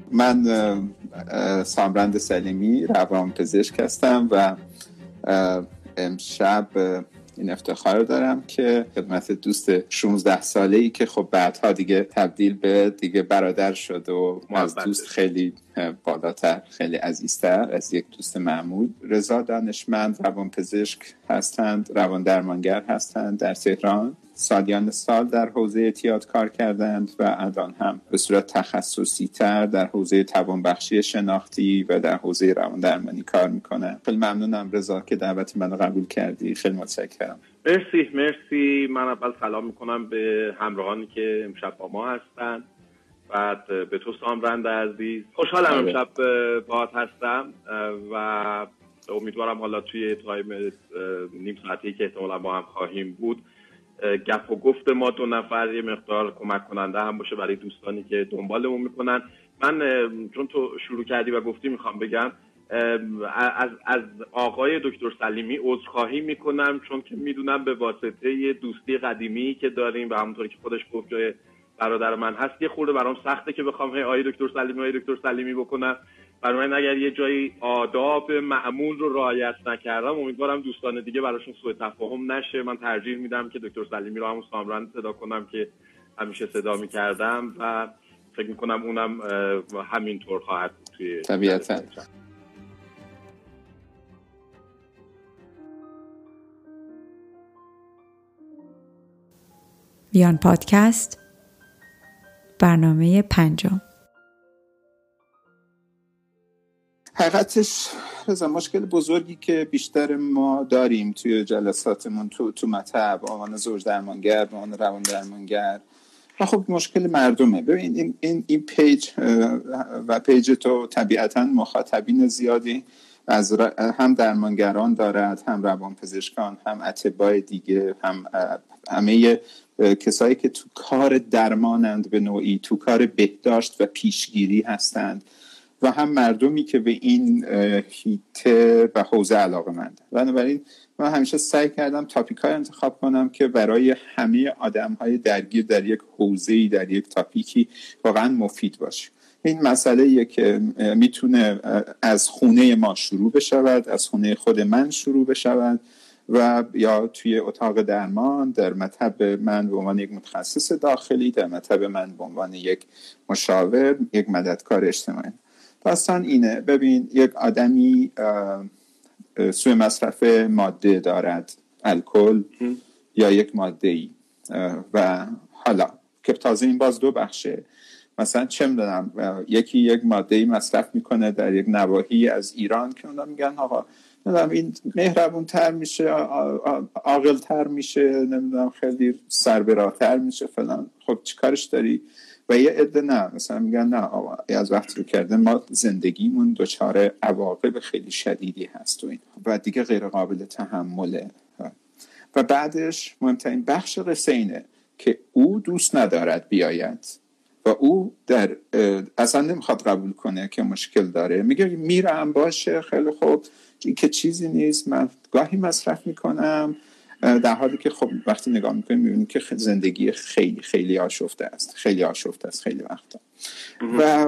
من سامرند سلیمی روانپزشک هستم و امشب این افتخار رو دارم که خدمت دوست 16 ساله‌ای که خب بعدها دیگه تبدیل به دیگه برادر شد و از دوست خیلی بالاتر، خیلی عزیزتر از یک دوست معمول، رضا دانشمند روانپزشک هستند، روان درمانگر هستند در تهران. سالیان سال در حوزه اعتیاد کار کردند و الان هم به صورت تخصصی تر در حوزه توانبخشی شناختی و در حوزه روان درمانی کار میکنن. خیلی ممنونم رضا که دعوت منو قبول کردی. خیلی متشکرم. مرسی. من اول سلام میکنم به همراهانی که امشب با ما هستن، بعد به تو سامرند عزیز. خوشحالم امشب باهات هستم و امیدوارم حالا توی تایم نیم ساعتی که احتمالا با هم خواهیم بود گپ و گفت ما دو نفر یه مقدار کمک کننده هم باشه برای دوستانی که دنبالمون میکنن. من چون تو شروع کردی و گفتی میخوام بگم از آقای دکتر سلیمی عذرخواهی میکنم، چون که میدونم به واسطه یه دوستی قدیمی که داریم و همونطوری که خودش گفت جای برادر من هست، یه خورده برام سخته که بخوام آقای دکتر سلیمی بکنم. برای من اگر یه جایی آداب معمول رو رعایت نکردم، امیدوارم دوستان دیگه براشون سوء تفاهم نشه. من ترجیح میدم که دکتر سلیمی رو همون سامرند صدا کنم که همیشه صدا میکردم و فکر میکنم اونم همینطور خواهد بود توی طبیعتا. ویان پادکست برنامه 5. حقیقتش مشکل بزرگی که بیشتر ما داریم توی جلساتمون تو مطب عنوان زوج درمانگر، عنوان روان درمانگر و خب مشکل مردمه. ببین این پیج و پیج تو طبیعتاً مخاطبین زیادی از هم درمانگران دارد، هم روانپزشکان، هم اطباء دیگه، هم همه کسایی که تو کار درمانند به نوعی، تو کار بهداشت و پیشگیری هستند و هم مردمی که به این حیطه و حوزه علاقه‌مندند. بنابراین من همیشه سعی کردم تاپیک‌های انتخاب کنم که برای همه آدم‌های درگیر در یک حوزه‌ای، در یک تاپیکی واقعا مفید باشه. این مسئله‌ایه که میتونه از خونه ما شروع بشود، از خونه خود من شروع بشود و یا توی اتاق درمان، در مطب من به عنوان یک متخصص داخلی، در مطب من به عنوان یک مشاور، یک مددکار اجتماعی. داستان اینه، ببین یک آدمی سوء مصرف ماده دارد، الکل یا یک ماده‌ای، و حالا که تازه این باز دو بخشه. مثلا چه میدونم یکی یک ماده‌ای مصرف میکنه در یک نواحی از ایران که اونا میگن آقا نمیدونم این مهربون تر میشه، عاقل تر میشه، نمیدونم خیلی سربراتر میشه فلان. خب چیکارش داری؟ و یه عده نه، مثلا میگن نه آقا از وقتی رو کرده ما زندگیمون دچار عواقب خیلی شدیدی هست و این و دیگه غیر قابل تحمله. و بعدش مهمترین بخش قصه اینه که او دوست ندارد بیاید و او در اصلا نمیخواد قبول کنه که مشکل داره. میگه میرم باشه خیلی خوب، این که چیزی نیست، من گاهی مصرف میکنم، در حالی که خب وقتی نگاه میکنیم میبینیم که زندگی خیلی خیلی آشفته است، خیلی وقتا. و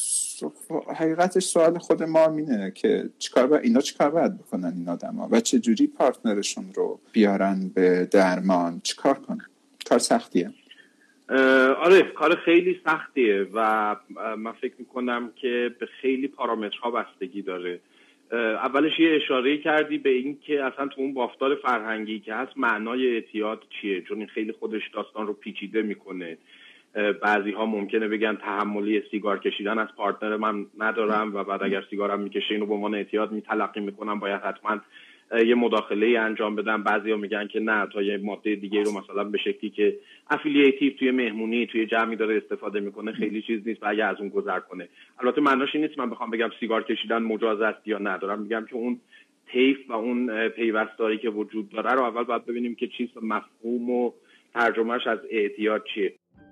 حقیقتش سوال خود ما اینه که چیکار باید بکنن این آدما و چه جوری پارتنرشون رو بیارن به درمان، چیکار کنن؟ کار سختیه. آره کار خیلی سختیه و من فکر میکنم که به خیلی پارامترها بستگی داره. اولش یه اشاره کردی به این که اصلا تو اون بافتار فرهنگی که هست معنای اعتیاد چیه، چون این خیلی خودش داستان رو پیچیده میکنه. بعضی ها ممکنه بگن تحملی سیگار کشیدن از پارتنر من ندارم و بعد اگر سیگارم میکشه اینو به عنوان اعتیاد میتلقی میکنم، باید حتما یه مداخله انجام بدم. بعضیا میگن که نه، تا یه ماده دیگه رو مثلا به شکلی که افیلیتیو توی مهمونی توی جمعی داره استفاده میکنه خیلی چیز نیست و اگه از اون گذر کنه. البته معناش این نیست من بخوام بگم سیگار کشیدن مجاز است یا ندارم، میگم که اون طیف و اون پیوستاری که وجود داره رو اول باید ببینیم که چیز مفهوم و ترجمهش از اعتیاد چیه.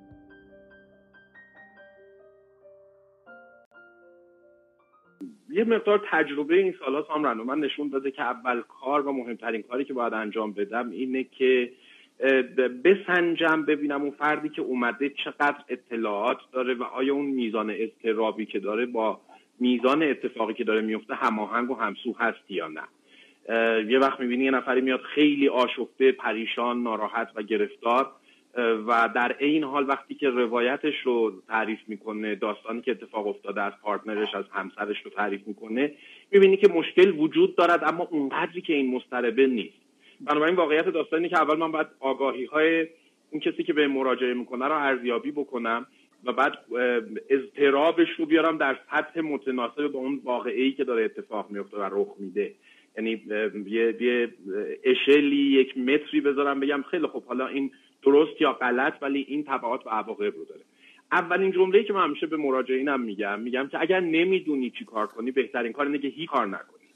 یه مقدار تجربه این سال‌ها سامران من نشون داده که اول کار و مهمترین کاری که باید انجام بدم اینه که بسنجم، ببینم اون فردی که اومده چقدر اطلاعات داره و آیا اون میزان اضطرابی که داره با میزان اتفاقی که داره میفته هماهنگ و همسو هست یا نه. یه وقت میبینی یه نفری میاد خیلی آشفته، پریشان، ناراحت و گرفتار و در این حال وقتی که روایتش رو تعریف میکنه، داستانی که اتفاق افتاده از پارتنرش، از همسرش رو تعریف میکنه، میبینی که مشکل وجود دارد اما اونقدری که این مضطربه نیست. بنابراین واقعیت داستانی که اول من باید آگاهی‌های اون کسی که به مراجعه میکنه رو ارزیابی بکنم و بعد اضطرابش رو بیارم در سطح متناسب با اون واقعه‌ای که داره اتفاق میفته و رخ میده. یعنی یه اشلی، یک متری بذارم بگم خیلی خب حالا این درست یا غلط ولی این تبعات و عواقب رو داره. اولین جمله‌ای که من همیشه به مراجعینم میگم که اگر نمیدونی چی کار کنی بهترین کار اینه که هیچ کار نکنی.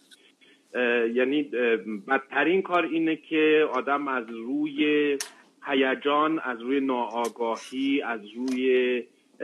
یعنی بدترین کار اینه که آدم از روی هیجان، از روی ناآگاهی، از روی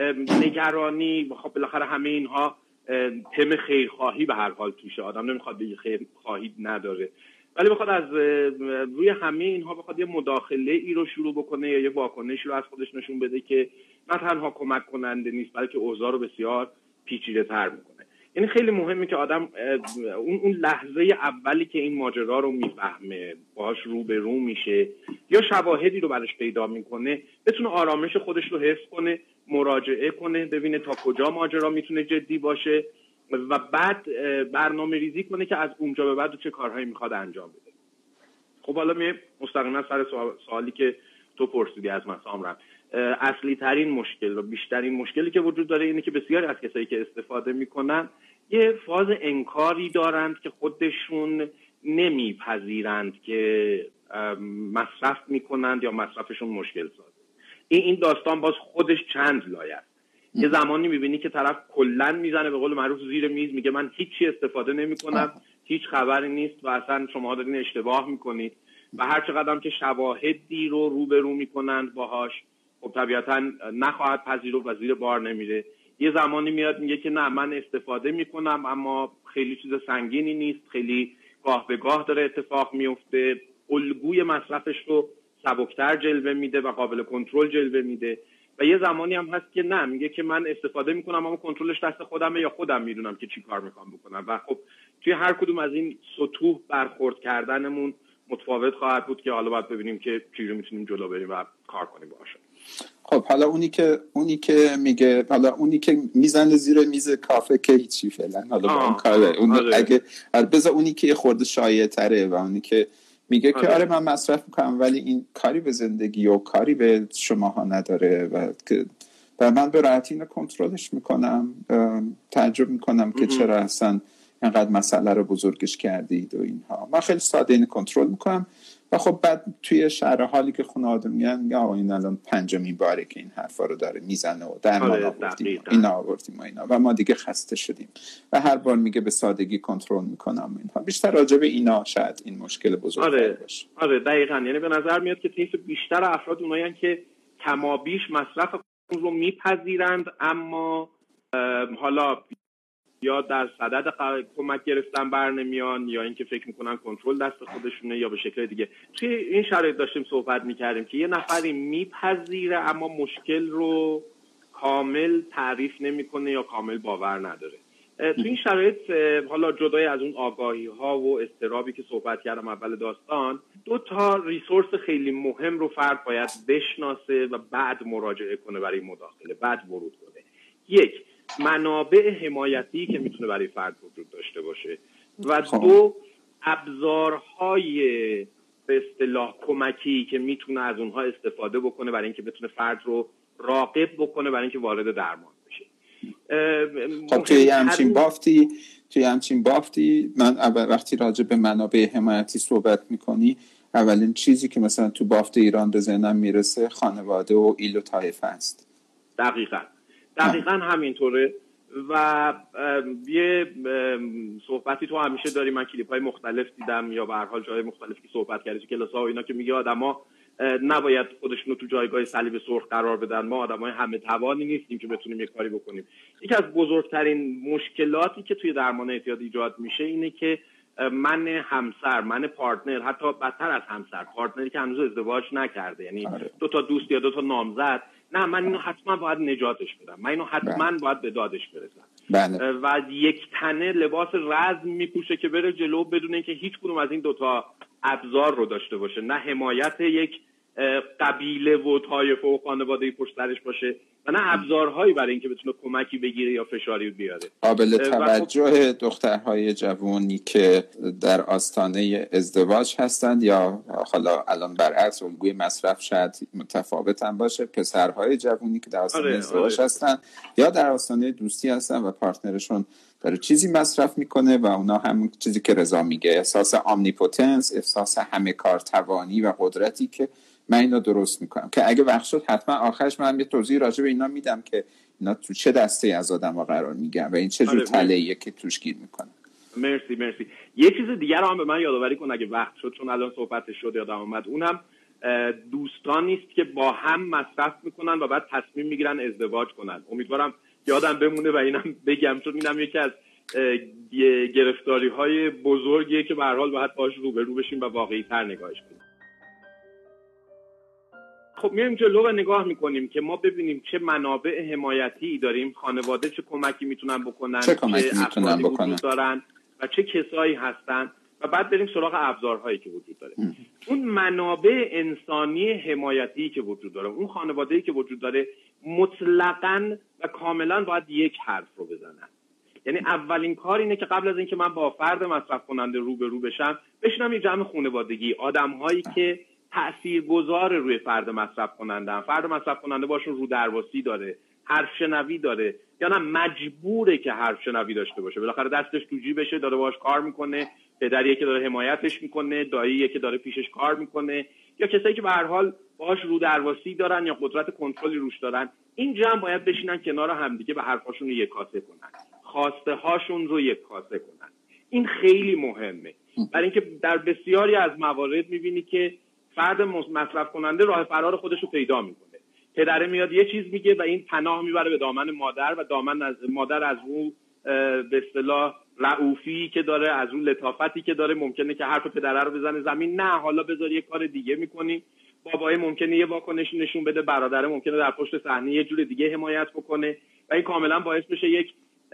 نگرانی، خب بالاخره همه اینها تم خیرخواهی به هر حال توشه، آدم نمیخواد بگه خیرخواهی نداره، ولی بخواد از روی همه اینها بخواد یه مداخله ای رو شروع بکنه یا یه واکنشی رو از خودش نشون بده که نه تنها کمک کننده نیست بلکه اوضاع رو بسیار پیچیده تر میکنه. یعنی خیلی مهمه که آدم اون لحظه اولی که این ماجرا رو میفهمه، باهاش روبرو میشه یا شواهدی رو براش پیدا میکنه، بتونه آرامش خودش رو حفظ کنه، مراجعه کنه، ببینه تا کجا ماجرا میتونه جدی باشه و بعد برنامه ریزی کنه که از اونجا به بعد چه کارهایی میخواد انجام بده. خب حالا می مستقیما سر سوالی که تو پرسیدی از من سامران، اصلی ترین مشکل و بیشترین مشکلی که وجود داره اینه که بسیاری از کسایی که استفاده میکنن یه فاز انکاری دارند که خودشون نمیپذیرند که مصرف میکنند یا مصرفشون مشکل سازه. این داستان باز خودش چند لایه است. یه زمانی میبینی که طرف کلن میزنه به قول معروف زیر میز، میگه من هیچی استفاده نمیکنم، هیچ خبری نیست و اصلا شما دارین اشتباه میکنید و هر چقدر که شواهدی رو روبرو میکنند باهاش خب طبیعتا نخواهد پذیرفت و زیر بار نمیره. یه زمانی میاد میگه که نه من استفاده میکنم اما خیلی چیز سنگینی نیست، خیلی گاه به گاه داره اتفاق میفته، الگوی مصرفش رو سبکتر جلوه میده و قابل کنترل جلوه میده. و یه زمانی هم هست که نه، میگه که من استفاده میکنم اما کنترلش دست خودمه یا خودم میدونم که چی کار میخوام بکنم و خب توی هر کدوم از این سطوح برخورد کردنمون متفاوت خواهد بود که حالا باید ببینیم که چجوری میتونیم جلو بریم و کار کنیم باشه. خب حالا اونی که میگه، حالا اونی که میزنه زیر میز کافه که هیچی فعلا، حالا با اون کاره اون اگه بذار اونی که خورده شایع تره و اونی که میگه که آره من مصرف میکنم ولی این کاری به زندگی و کاری به شماها نداره و من به راحتی اینو کنترلش میکنم، تعجب میکنم که چرا اصلا اینقدر مسئله رو بزرگش کردید و اینها. من خیلی ساده اینو کنترل میکنم و خب بعد توی شهر حالی که خونه آدم میگن این الان 5مین باره که این حرفا رو داره میزنه و درمان آوردیم و ما دیگه خسته شدیم و هر بار میگه به سادگی کنترل میکنم اینها. بیشتر راجع به اینا شاید این مشکل بزرگ باشه. آره دقیقاً. یعنی به نظر میاد که طیف بیشتر افراد اونایین که کمابیش مصرف رو میپذیرند اما حالا یا در صدد کمک گرفتن برنمیان یا اینکه فکر میکنن کنترل دست خودشونه یا به شکل دیگه. توی این شرایط داشتیم صحبت میکردیم که یه نفری میپذیره اما مشکل رو کامل تعریف نمیکنه یا کامل باور نداره. توی این شرایط حالا جدای از اون آگاهی ها و اضطرابی که صحبت کردم اول داستان، 2 ریسورس خیلی مهم رو فرد باید بشناسه و بعد مراجعه کنه برای مداخله، بعد ورود کنه. 1 منابع حمایتی که میتونه برای فرد وجود داشته باشه و 2 ابزارهای به اصطلاح کمکی که میتونه از اونها استفاده بکنه برای اینکه بتونه فرد رو راقب بکنه برای اینکه وارد درمان بشه. خب توی همچین بافتی من وقتی راجع به منابع حمایتی صحبت میکنی، اولین چیزی که مثلا تو بافت ایران به ذهنم میرسه خانواده و ایل و طایفه است. دقیقاً همینطوره. و یه صحبتی تو همیشه داری، من کلیپ‌های مختلف دیدم یا به هر حال جای مختلفی که صحبت کردی تو کلاس‌ها و اینا که میگه آدما نباید خودشون رو تو جایگاه صلیب سرخ قرار بدن، ما آدمای همه توانی نیستیم که بتونیم یه کاری بکنیم. یکی از بزرگترین مشکلاتی که توی درمان اعتیاد ایجاد میشه اینه که من همسر، من پارتنر، حتی بدتر از همسر، پارتنری که هنوز ازدواج نکرده، یعنی دو تا دوست یا دو تا نامزد، نه من اینو حتما باید نجاتش بدم، من اینو حتما باید به دادش برسم. و یک تنه لباس رزم میپوشه که بره جلو بدون اینکه هیچ کدوم از این دوتا ابزار رو داشته باشه، نه حمایت یک قبیله و طایفه و خانواده پشت سرش باشه و نه ابزارهایی برای اینکه بتونه کمکی بگیره یا فشاری بیاره. قابل توجه دخترهای جوانی که در آستانه ازدواج هستند یا حالا الان برعکس الگوی مصرف شاید متفاوت هم باشه، پسرهای جوانی که در آستانه ازدواج هستند یا در آستانه دوستی هستن و پارتنرشون برای چیزی مصرف میکنه و اونا هم چیزی که رضا میگه، احساس آمنیپوتنس، احساس همه کار توانی و قدرتی که من اینو درست میکنم، که اگه وقت شد حتما آخرش من یه توضیح راجع به اینا میدم که اینا تو چه دسته از آدم‌ها قرار میگیرن و این چه جور تله‌ایه که توش گیر میکنه. مرسی. یه چیز دیگر رو هم به من یادآوری کن اگه وقت شد، چون الان صحبتش شد یادم اومد. اونم دوستانی است که با هم مصرف میکنن و بعد تصمیم میگیرن ازدواج کنن. امیدوارم یادم بمونه و اینم بگم، چون اینم یکی از گرفتاری‌های بزرگیه که به هر حال باید باهاش روبرو بشیم و واقعی‌تر نگاهش کنیم. خب میایم جلو و نگاه میکنیم که ما ببینیم چه منابع حمایتی داریم، خانواده چه کمکی میتونن بکنن، چه افرادی وجود دارن و چه کسایی هستن و بعد بریم سراغ ابزارهایی که وجود داره. اون منابع انسانی حمایتی که وجود داره، اون خانواده‌ای که وجود داره، مطلقاً و کاملاً باید یک حرف رو بزنن. یعنی اولین کار اینه که قبل از اینکه من با فرد مصرف کننده روبرو بشم، بشینم یه جمع خانوادگی، آدم‌هایی که تاثیرگذار روی فرد مصرف کننده، فرد مصرف کننده باشون رو درواسی داره، حرف شنوی داره یا نه مجبوره که حرف شنوی داشته باشه، بالاخره دستش تو جیبشه، داره باهاش کار میکنه، پدریه که داره حمایتش میکنه، داییه که داره پیشش کار میکنه، یا کسایی که به هر حال باهاش رو درواسی دارن یا قدرت کنترلی روش دارن. این جمع باید بشینن کنار همدیگه و حرفاشون رو یک کاسه کنن، خواسته هاشون رو یک کاسه کنن. این خیلی مهمه، برای اینکه در بسیاری از موارد میبینی که فرد مصرف کننده راه فرار خودش رو پیدا میکنه. پدره میاد یه چیز میگه و این پناه میبره به دامن مادر و دامن از مادر از اون به اصطلاح رعوفی که داره، از اون لطافتی که داره، ممکنه که حرف پدره رو بزنه زمین، نه حالا بذار یه کار دیگه میکنی. بابای ممکنه یه واکنش نشون بده، برادره ممکنه در پشت صحنه یه جور دیگه حمایت بکنه و این کاملا باعث بشه یک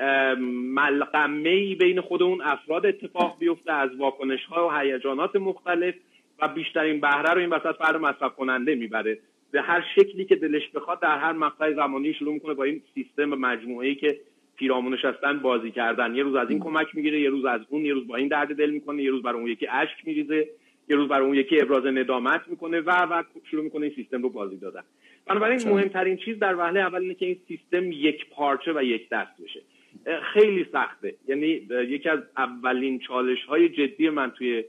ملغمه‌ای بین خود اون افراد اتفاق بیفته از واکنش‌ها و هیجانات مختلف و بیشترین بهره رو این وسط فرد مصرف کننده میبره. به هر شکلی که دلش بخواد در هر مقطع زمانی شروع میکنه با این سیستم مجموعه‌ای که پیرامونش هستن بازی کردن. یه روز از این کمک میگیره، یه روز از اون، یه روز با این درد دل میکنه، یه روز برای اون یکی اشک میریزه، یه روز برای اون یکی ابراز ندامت میکنه و شروع میکنه این سیستم رو بازی دادن. بنابراین مهمترین چیز در وهله اول اینه که این سیستم یک پارچه و یک دست بشه. خیلی سخته، یعنی یکی از اولین چالش‌های جدی من توی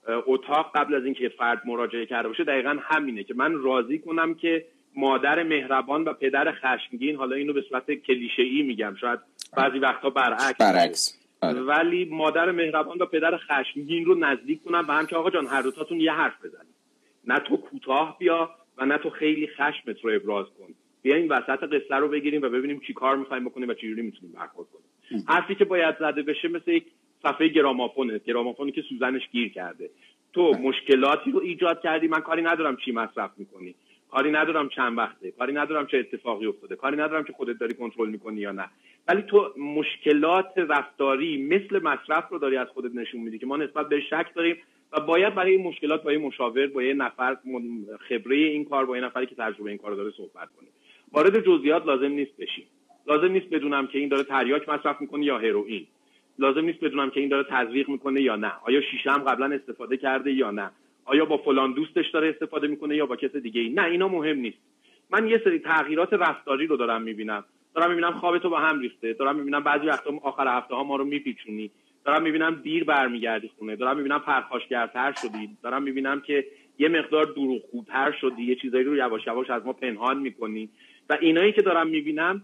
اتاق قبل از اینکه فرد مراجعه کرده باشه دقیقاً همینه که من راضی کنم که مادر مهربان و پدر خشمگین، حالا اینو به صورت کلیشه‌ای میگم، شاید بعضی وقتا برعکس ولی مادر مهربان و پدر خشمگین رو نزدیک کنم و هم که آقا جان هر دو تاتون یه حرف بزنید، نه تو کوتاه بیا و نه تو خیلی خشمت رو ابراز کن، بیاین وسط قصه رو بگیریم و ببینیم چی کار می‌خوایم بکنیم و چجوری میتونیم برخورد کنیم. حرفی که باید زده بشه مثل یک صفحه گرامافونی که سوزنش گیر کرده. تو مشکلاتی رو ایجاد کردی، من کاری ندارم چی مصرف میکنی، کاری ندارم چند وقته، کاری ندارم چه اتفاقی افتاده، کاری ندارم که خودت داری کنترل میکنی یا نه، ولی تو مشکلات رفتاری مثل مصرف رو داری از خودت نشون میدی که ما نسبت بهش شک داریم و باید برای این مشکلات با یه مشاور، با یه نفر خبره این کار، با یه نفری که تجربه این کارو داره صحبت کنیم. وارد جزئیات لازم نیست بشیم. لازم نیست بدونم که این داره تریاک مصرف میکنه یا هروئین. لازم نیست بدونم که این داره تزریق میکنه یا نه. آیا شیشه هم قبلا استفاده کرده یا نه. آیا با فلان دوستش داره استفاده میکنه یا با کس دیگه ای. نه، اینا مهم نیست. من یه سری تغییرات رفتاری رو دارم میبینم. خوابتو با هم ریخته. دارم میبینم بعضی وقتا آخر هفته ها ما رو میپیچونی. دارم میبینم دیر برمیگردی خونه. دارم میبینم پرخاشگرتر شدی. دارم میبینم که یه مقدار دروغگوتر شدی. یه چیزایی رو یواش یواش از ما پنهان میکنی. و اینایی که دارم میبینم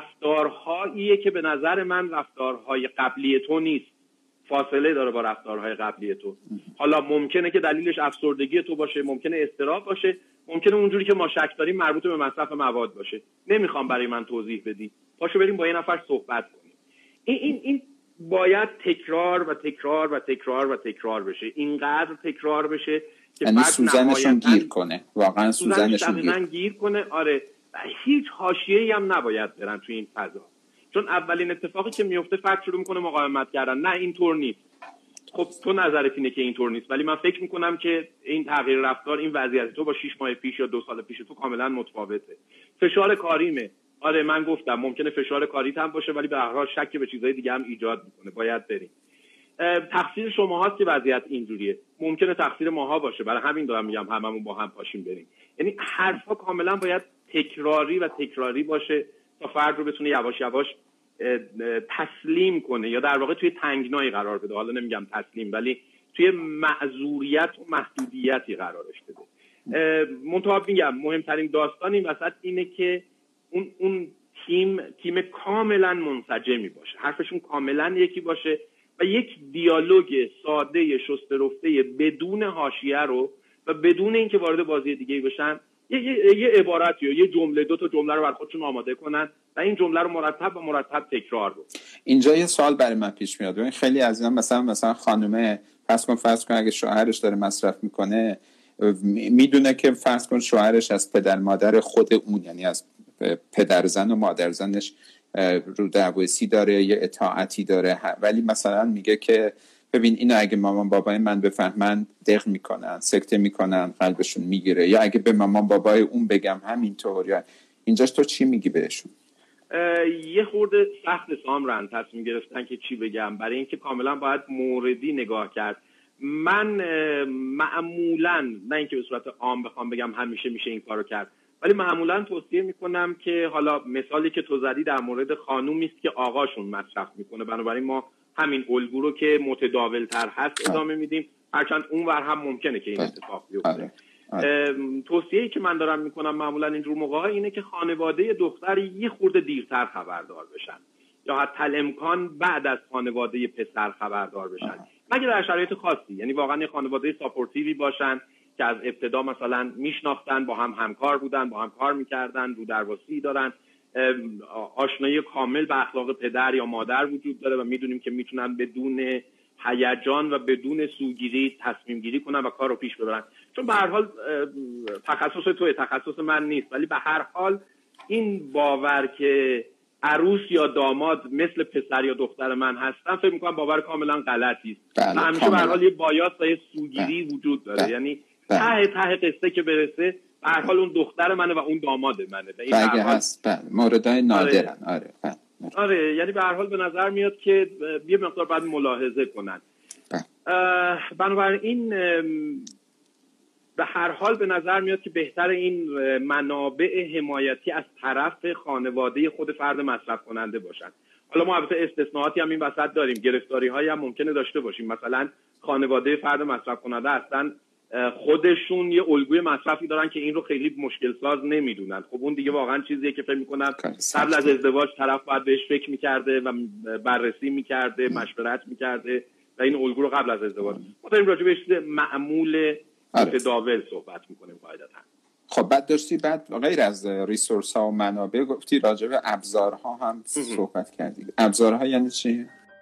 رفتارهاییه که به نظر من رفتارهای قبلی تو نیست. فاصله داره با رفتارهای قبلی تو. حالا ممکنه که دلیلش افسردگی تو باشه، ممکنه اضطراب باشه، ممکنه اونجوری که ما شک داریم مربوط به مصرف مواد باشه. نمیخوام برای من توضیح بدی. پاشو بریم با یه نفر صحبت کنیم. این باید تکرار و تکرار و تکرار و تکرار بشه، اینقدر تکرار بشه که یعنی سوزنشون گیر کنه، واقعا سوزنشون گیر کنه. آره، هیچ حاشیه‌ای هم نباید برن تو این فضا، چون اولین اتفاقی که میفته فرد شروع میکنه مقاومت کردن. نه اینطور نیست. خب تو نظرت اینه که اینطور نیست، ولی من فکر میکنم که این تغییر رفتار، این وضعیت تو با 6 ماه پیش یا 2 سال پیش تو کاملا متفاوته. فشار کاریمه. آره من گفتم ممکنه فشار کاریت هم باشه، ولی به هر حال شک به چیزهای دیگه هم ایجاد میکنه. باید بریم. تقصیر شماهاست که وضعیت اینجوریه. ممکنه تقصیر ماها باشه، برای همین دارم میگم هممون با هم پاشیم بریم. یعنی حرفا کاملا باید تکراری و تکراری باشه تا فرد رو بتونه یواش یواش تسلیم کنه، یا در واقع توی تنگنایی قرار بده. حالا نمیگم تسلیم، ولی توی معذوریت و محدودیتی قرارش بده. منتها میگم مهمترین داستان این وسط اینه که اون تیم کاملا منسجمی باشه، حرفشون کاملا یکی باشه و یک دیالوگ ساده شسته رفته بدون حاشیه رو و بدون اینکه وارد بازی دیگه بشن یه عبارتی یا یه جمله، 2 تا جمله رو برای خودشون آماده کنن و این جمله رو مرتب تکرار رو. اینجا یه سوال برای من پیش میاد. ببین خیلی از اینا مثلا خانومه فرض کن اگه شوهرش داره مصرف میکنه، میدونه که فرض کن شوهرش از پدر مادر خود اون، یعنی از پدر زن و مادر زنش رو دعواسی داره، یه اطاعتی داره، ولی مثلا میگه که ببین اینو اگه مامان بابای من بفهمن دق میکنن، سکته میکنن، قلبشون میگیره، یا اگه به مامان بابای اون بگم همینطور. یا اینجاش تو چی میگی بهشون؟ یه خورده سخت سامرن تصمیم گرفتن که چی بگم، برای اینکه کاملا باید موردی نگاه کرد. من معمولا، نه اینکه به صورت عام بخوام بگم همیشه میشه این کارو کرد، ولی معمولا توصیه میکنم که حالا مثالی که تو زدی در مورد خانومی است که آقاشون مصرف میکنه، بنابراین ما همین الگو رو که متداول‌تر هست ادامه میدیم، هرچند اونور هم ممکنه که این اتفاق بیفته. توصیه‌ای که من دارم میکنم معمولا اینجور موقع‌ها اینه که خانواده دختر یه خورده دیرتر خبردار بشن، یا حتی الامکان بعد از خانواده پسر خبردار بشن، مگه در شرایط خاصی، یعنی واقعا یه خانواده ساپورتیوی باشن که از ابتدا مثلا میشناختن، با هم همکار بودن، با هم کار میکردن، رو درواسی دارن، آشنایی کامل به اخلاق پدر یا مادر وجود داره و میدونیم که میتونن بدون هیجان و بدون سوگیری تصمیم گیری کنن و کار رو پیش ببرن. چون به هر حال تخصص من نیست، ولی به هر حال این باور که عروس یا داماد مثل پسر یا دختر من هستن، فکر میکنم باور کاملا غلطی است. همیشه به هر حال یه بایاس و یه سوگیری وجود داره. یعنی ته قصه که برسه به هر حال اون دختر منه و اون داماد منه. بله هست، موردای نادرن. آره یعنی به هر حال به نظر میاد که یه مقدار باید ملاحظه کنن. بنابراین به هر حال به نظر میاد که بهتر این منابع حمایتی از طرف خانواده خود فرد مصرف کننده باشن. حالا ما البته استثناءاتی هم این وسط داریم، گرفتاری هایی هم ممکنه داشته باشیم. مثلا خانواده فرد مصرف کننده هستن خودشون یه الگوی مصرفی دارن که این رو خیلی مشکل ساز نمیدونن. خب اون دیگه واقعا چیزیه که فکر میکنم قبل از ازدواج طرف باید بهش فکر میکرده و بررسی میکرده، مشورت میکرده و این الگو رو قبل از ازدواج. ما داریم راجع به چیز معمول متداول صحبت میکنیم قاعدتا. خب بعد غیر از ریسورس ها و منابع گفتی راجع به ابزارها هم صحبت کردی. ابزارها یعنی چی؟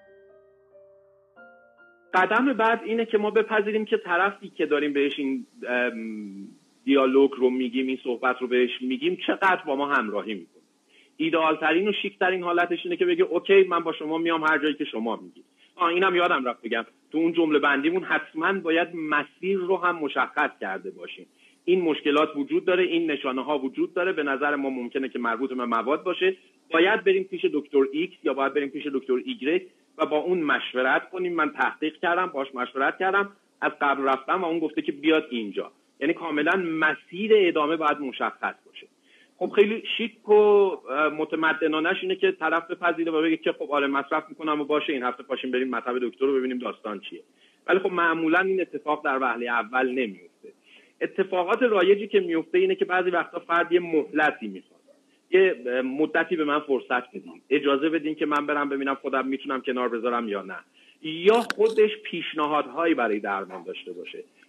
قدم بعد اینه که ما بپذیریم که طرفی که داریم بهش این دیالوگ رو میگیم، این صحبت رو بهش میگیم، چقدر با ما همراهی میکنه. ایدئال ترین و شیک ترین حالتش اینه که بگه اوکی من با شما میام هر جایی که شما میگید. اینم یادم رفت بگم تو اون جمله بندیمون حتما باید مسیر رو هم مشخص کرده باشیم. این مشکلات وجود داره، این نشانه ها وجود داره، به نظر ما ممکنه که مربوط به مواد باشه، باید بریم پیش دکتر ایکس یا باید بریم پیش دکتر ایگرگ و با اون مشورت کنیم. من تحقیق کردم، باهاش مشورت کردم، از قبل رفتم و اون گفته که بیاد اینجا. یعنی کاملا مسیر ادامه باید مشخص باشه. خب خیلی شیک و متمدنانش اینه که طرف بپذیره و بگه که خب آره مصرف میکنم و باشه این هفته پاشیم بریم مطب دکتر رو ببینیم داستان چیه. ولی خب معمولا این اتفاق در وهله اول نمیفته. اتفاقات رایجی که میفته اینه که بعضی وقتا فرد یه مهلتی میخواد، یه مدتی به من فرصت بدین، اجازه بدین که من برم ببینم خودم میتونم کنار بذارم یا نه، یا خودش پیشنهادهایی برای درمان داشته باشه.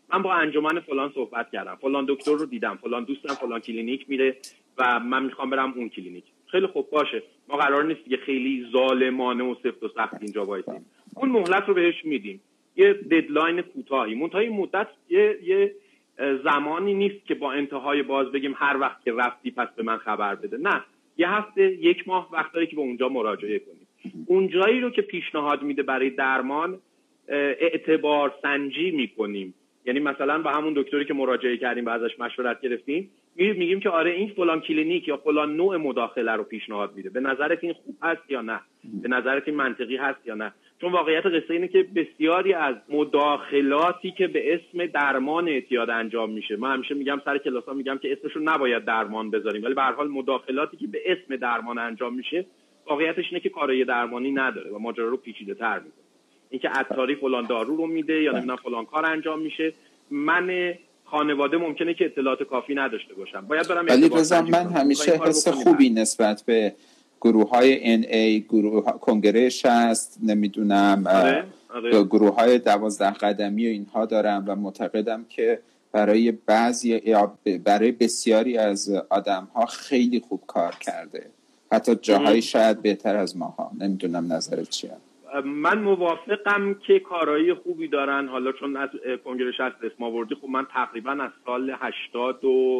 من با انجمن فلان صحبت کردم، فلان دکتر رو دیدم، فلان دوستم فلان کلینیک میره و من میخوام برم اون کلینیک. خیلی خوب باشه، ما قرار نیست دیگه خیلی ظالمانه و سفت و سخت اینجا وایسیم. اون مهلت رو بهش میدیم، یه ددلاین کوتاهی. منتهای مدت یه زمانی نیست که با انتهای باز بگیم هر وقت که رفتی پس به من خبر بده. نه، یه هفته، یک ماه وقت داری که به اونجا مراجعه کنیم. اونجایی رو که پیشنهاد میده برای درمان اعتبار سنجی میکنیم. یعنی مثلا با همون دکتری که مراجعه کردیم و ازش مشورت گرفتیم میگیم که آره این فلان کلینیک یا فلان نوع مداخله رو پیشنهاد میده، به نظرت این خوب هست یا نه؟ به نظرت این منطقی هست یا نه؟ چون واقعیت قصه اینه که بسیاری از مداخلاتی که به اسم درمان اعتیاد انجام میشه، من همیشه میگم سر کلاسا میگم که اسمشو نباید درمان بذاریم، ولی به هر حال مداخلاتی که به اسم درمان انجام میشه واقعیتش اینه که کارایی درمانی نداره و ماجرا رو پیچیده‌تر میکنه. اینکه عطاری فلان دارو رو میده یا نمیدونم فلان کار انجام میشه، من خانواده ممکنه که اطلاعات کافی نداشته باشم، باید برم. ولی رضا من همیشه حس خوبی نسبت به گروه‌های NA، کنگره 60، نمیدونم گروه‌های 12 قدمی و اینها دارم و معتقدم که برای برای بسیاری از آدم‌ها خیلی خوب کار کرده، حتی جاهای شاید بهتر از ماها. نمیدونم نظرت چیه؟ من موافقم که کارایی خوبی دارن. حالا چون از کنگره 60 اسم آوردی، خب من تقریبا از سال 80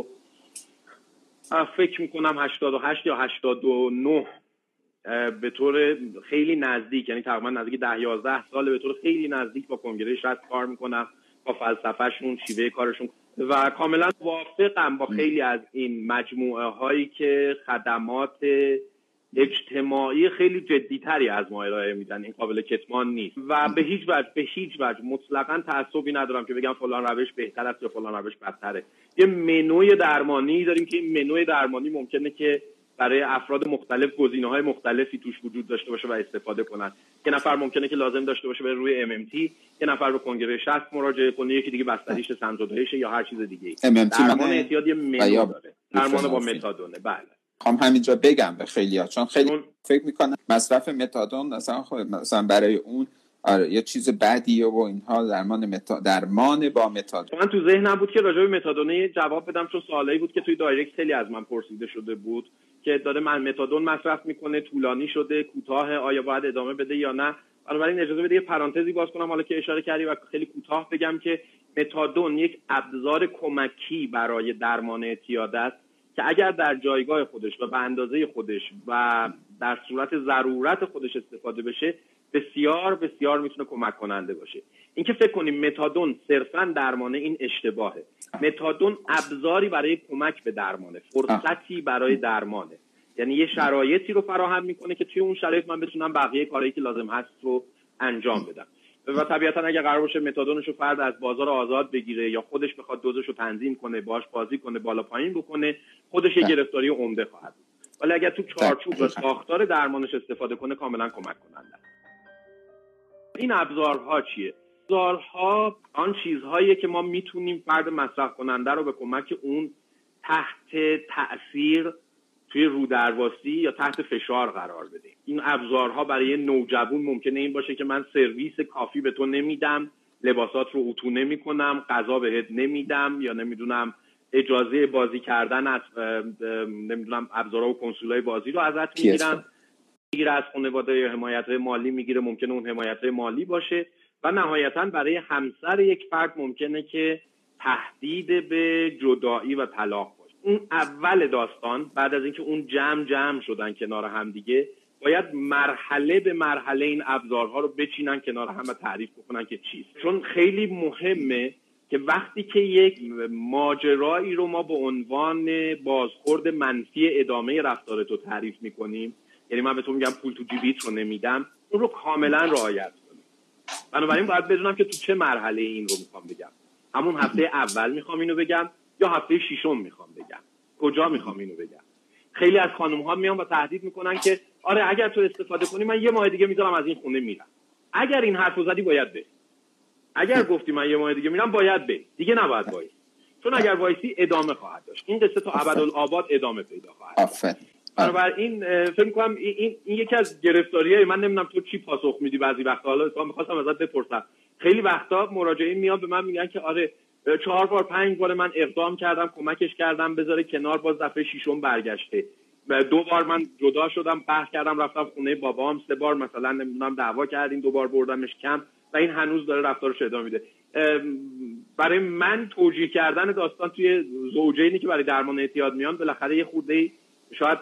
فکر میکنم 88 یا 89 به طور خیلی نزدیک، یعنی تقریبا نزدیک 10-11 سال به طور خیلی نزدیک با کنگره 60 کار میکنم، با فلسفهشون، شیوه کارشون، و کاملا موافقم با خیلی از این مجموعه هایی که خدمات اجتماعی خیلی جدیتری از ما ارائه میدن. این قابل کتمان نیست و به هیچ وجه مطلقاً تعصبی ندارم که بگم فلان روش بهتر است یا فلان روش بدتره. یه منوی درمانی داریم که این منوی درمانی ممکنه که برای افراد مختلف گزینه‌های مختلفی توش وجود داشته باشه و استفاده کنن. یه نفر ممکنه که لازم داشته باشه بره روی MMT، یه نفر به کنگره 60 مراجعه کنه، یکی دیگه بستریش سمزدهش یا هر چیز دیگه. درمان اعتیاد یه منو داره، درمان با متادونه. بله، خواهم همینجا بگم به خیلی‌ها، چون خیلی فکر میکنن مصرف متادون مثلا برای اون یه چیز بدیه و اینها. درمان با متادون. من تو ذهنم بود که راجع به متادون جواب بدم، چون سوالایی بود که توی دایرکت خیلی از من پرسیده شده بود که داره من متادون مصرف میکنه، طولانی شده، کوتاه، آیا باید ادامه بده یا نه. بنابراین اجازه بده یه پرانتزی باز کنم حالا که اشاره کردی و خیلی کوتاه بگم که متادون یک ابزار کمکی برای درمان اعتیاد است که اگر در جایگاه خودش و به اندازه خودش و در صورت ضرورت خودش استفاده بشه بسیار بسیار میتونه کمک کننده باشه. اینکه فکر کنیم متادون صرفاً درمانه، این اشتباهه. متادون ابزاری برای کمک به درمانه، فرصتی برای درمانه، یعنی یه شرایطی رو فراهم میکنه که توی اون شرایط من بتونم بقیه کارهایی که لازم هست رو انجام بدم. و طبیعتاً اگه قرار باشه متادونشو فرد از بازار آزاد بگیره یا خودش بخواد دوزشو تنظیم کنه، باهاش بازی کنه، بالا پایین بکنه، خودش یه گرفتاری عمده خواهد بود. ولی اگر تو چارچوب و ساختار درمانش استفاده کنه کاملا کمک کننده. این ابزارها چیه؟ ابزارها آن چیزهاییه که ما میتونیم فرد مصرف کننده رو به کمک اون تحت تأثیر توی رودرواسی یا تحت فشار قرار بدیم. این ابزارها برای نوجوان ممکنه این باشه که من سرویس کافی به تو نمیدم، لباسات رو اتو نمی‌کنم، غذا بهت نمیدم، یا نمیدونم اجازه بازی کردن از نمیدونم ابزارها و کنسولای بازی رو ازت میگیره، از خانواده یا حمایت‌های مالی میگیره، ممکنه اون حمایت‌های مالی باشه. و نهایتاً برای همسر یک فرد ممکنه که تهدید به جدایی و طلاق باشه. اون اول داستان، بعد از اینکه اون جمع شدن کنار هم دیگه، باید مرحله به مرحله این ابزارها رو بچینن کنار هم و تعریف بکنن که چیست. چون خیلی مهمه که وقتی که یک ماجرایی رو ما به عنوان بازخورد منفی ادامه رفتارتو تعریف میکنیم، یعنی من به تو میگم پول تو جیبیت رو نمیدم، اون رو کاملا رعایت کنیم. بنابراین باید بدونم که تو چه مرحله این رو میخوام بگم. همون هفته اول میخوام اینو بگم یا هفته ششم میخوام بگم؟ کجا میخوام اینو بگم؟ خیلی از خانم‌ها میان و تهدید میکنن که آره اگر تو استفاده کنی من یه ماه دیگه میذارم از این خونه میرم. اگر این حرفو زدی باید بری. اگر گفتی من یه ماه دیگه میرم باید بری. دیگه نباید وایسی. چون اگر وایسی ادامه خواهد داشت. این قصه تا ابدالآباد ادامه پیدا خواهد کرد. بنابراین فکر می‌کنم این یکی از گرفتاری‌های من. نمیدونم تو چی پاسخ میدی بعضی وقتا. حالا می‌خواستم ازت بپرسم. خیلی وقتا مراجعین میان به من میگن که آره 4 بار 5 بار من اقدام کردم کمکش کردم بذاره کنار، باز دفعه 6م برگشته. 2 بار من جدا شدم، قهر کردم رفتم خونه بابام. 3 بار مثلا نمیدونم دعوا کردیم، 2 بار بردمش کم و این هنوز داره رفتارش ادامه میده. برای من توجیه کردن داستان توی زوجینی که برای درمان اعتیاد میان بالاخره یه خورده شاید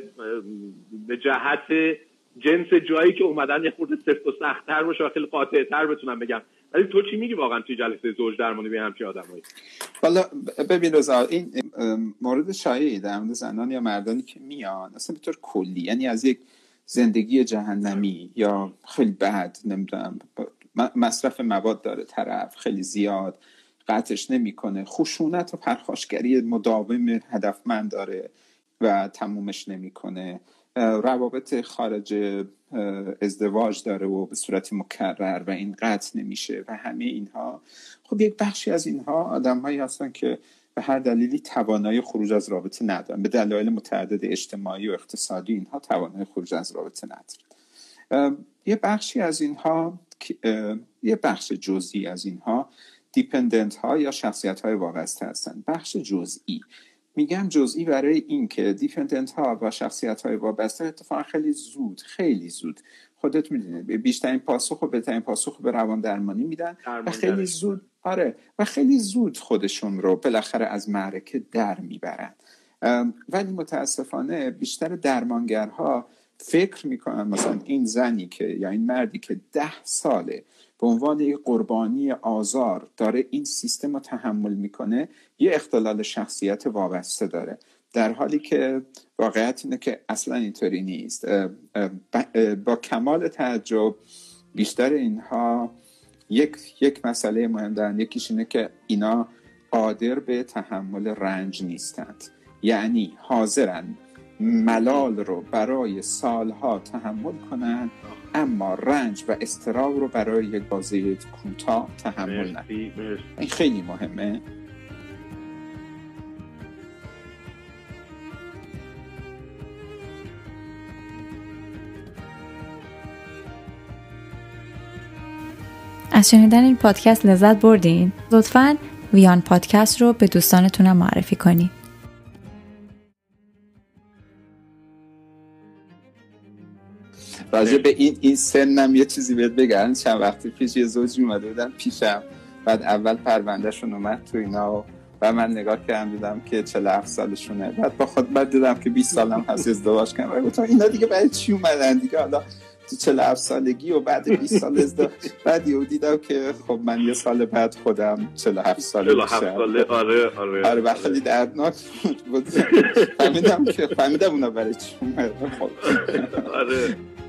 به جهت جنس جایی که اومدن یه خورده سفت و سخت‌تر باشه و خیلی قاطع‌تر بتونم بگم. ولی تو چی میگی واقعا توی جلسه زوج درمانی به همچین آدمایی؟ والا ببین رضا، این مورد شایعی در مورد زنان یا مردانی که میان اصلا به طور کلی، یعنی از یک زندگی جهنمی یا خیلی بد، نمیدونم مصرف مواد داره طرف خیلی زیاد، قطعش نمیکنه، خشونت و پرخاشگری مداوم هدفمند داره و تمومش نمیکنه، روابط خارج ازدواج داره و به صورت مکرر و این قطع نمیشه و همه اینها. خب یک بخشی از اینها آدم‌هایی هستن که به هر دلیلی توانایی خروج از رابطه ندارن، به دلایل متعدد اجتماعی و اقتصادی اینها توانایی خروج از رابطه ندارن. یه بخشی از اینها، یه بخش جزئی از اینها دیپندنت ها یا شخصیت های وابسته هستن. بخش جزئی، میگم جزئی برای این که دیپندنت ها و شخصیت های وابسته اتفاقا خیلی زود خودت میدونید بیشترین پاسخ و بهترین پاسخ به روان درمانی میدن و خیلی زود و خیلی زود خودشون رو بالاخره از معرکه در میبرن. ولی متاسفانه بیشتر درمانگرها فکر میکنن مثلا این زنی که یا این مردی که 10 ساله به عنوان یک قربانی آزار داره این سیستم رو تحمل میکنه یه اختلال شخصیت وابسته داره، در حالی که واقعیت اینه که اصلا اینطوری نیست. با کمال تعجب بیشتر اینها یک مسئله مهم دارن. یکیش اینه که اینا قادر به تحمل رنج نیستند، یعنی حاضرن ملال رو برای سالها تحمل کنن اما رنج و اضطراب رو برای یک بازه کوتاه تحمل نکنن. این خیلی مهمه. از شنیدن این پادکست لذت بردین؟ لطفاً ویان پادکست رو به دوستانتون معرفی کنید. راجع به این سنم یه چیزی بهت بگم. چند وقتی پیش یه زوجی اومده بودن پیشم، بعد اول پروندهشون اومد تو اینا و من نگاه کردم دیدم که 47 سالشونه، بعد دیدم که 20 سالم هست ازدواج کردم و گفتم اینا دیگه برای چی اومدن دیگه حالا تو 47 سالگی و بعد 20 سال ازدواج. بعد یهو دیدم که خب من یه سال بعد خودم 47 ساله. آره و خیلی دردناک بود. فهمیدم اونا برای چی اومدن. آره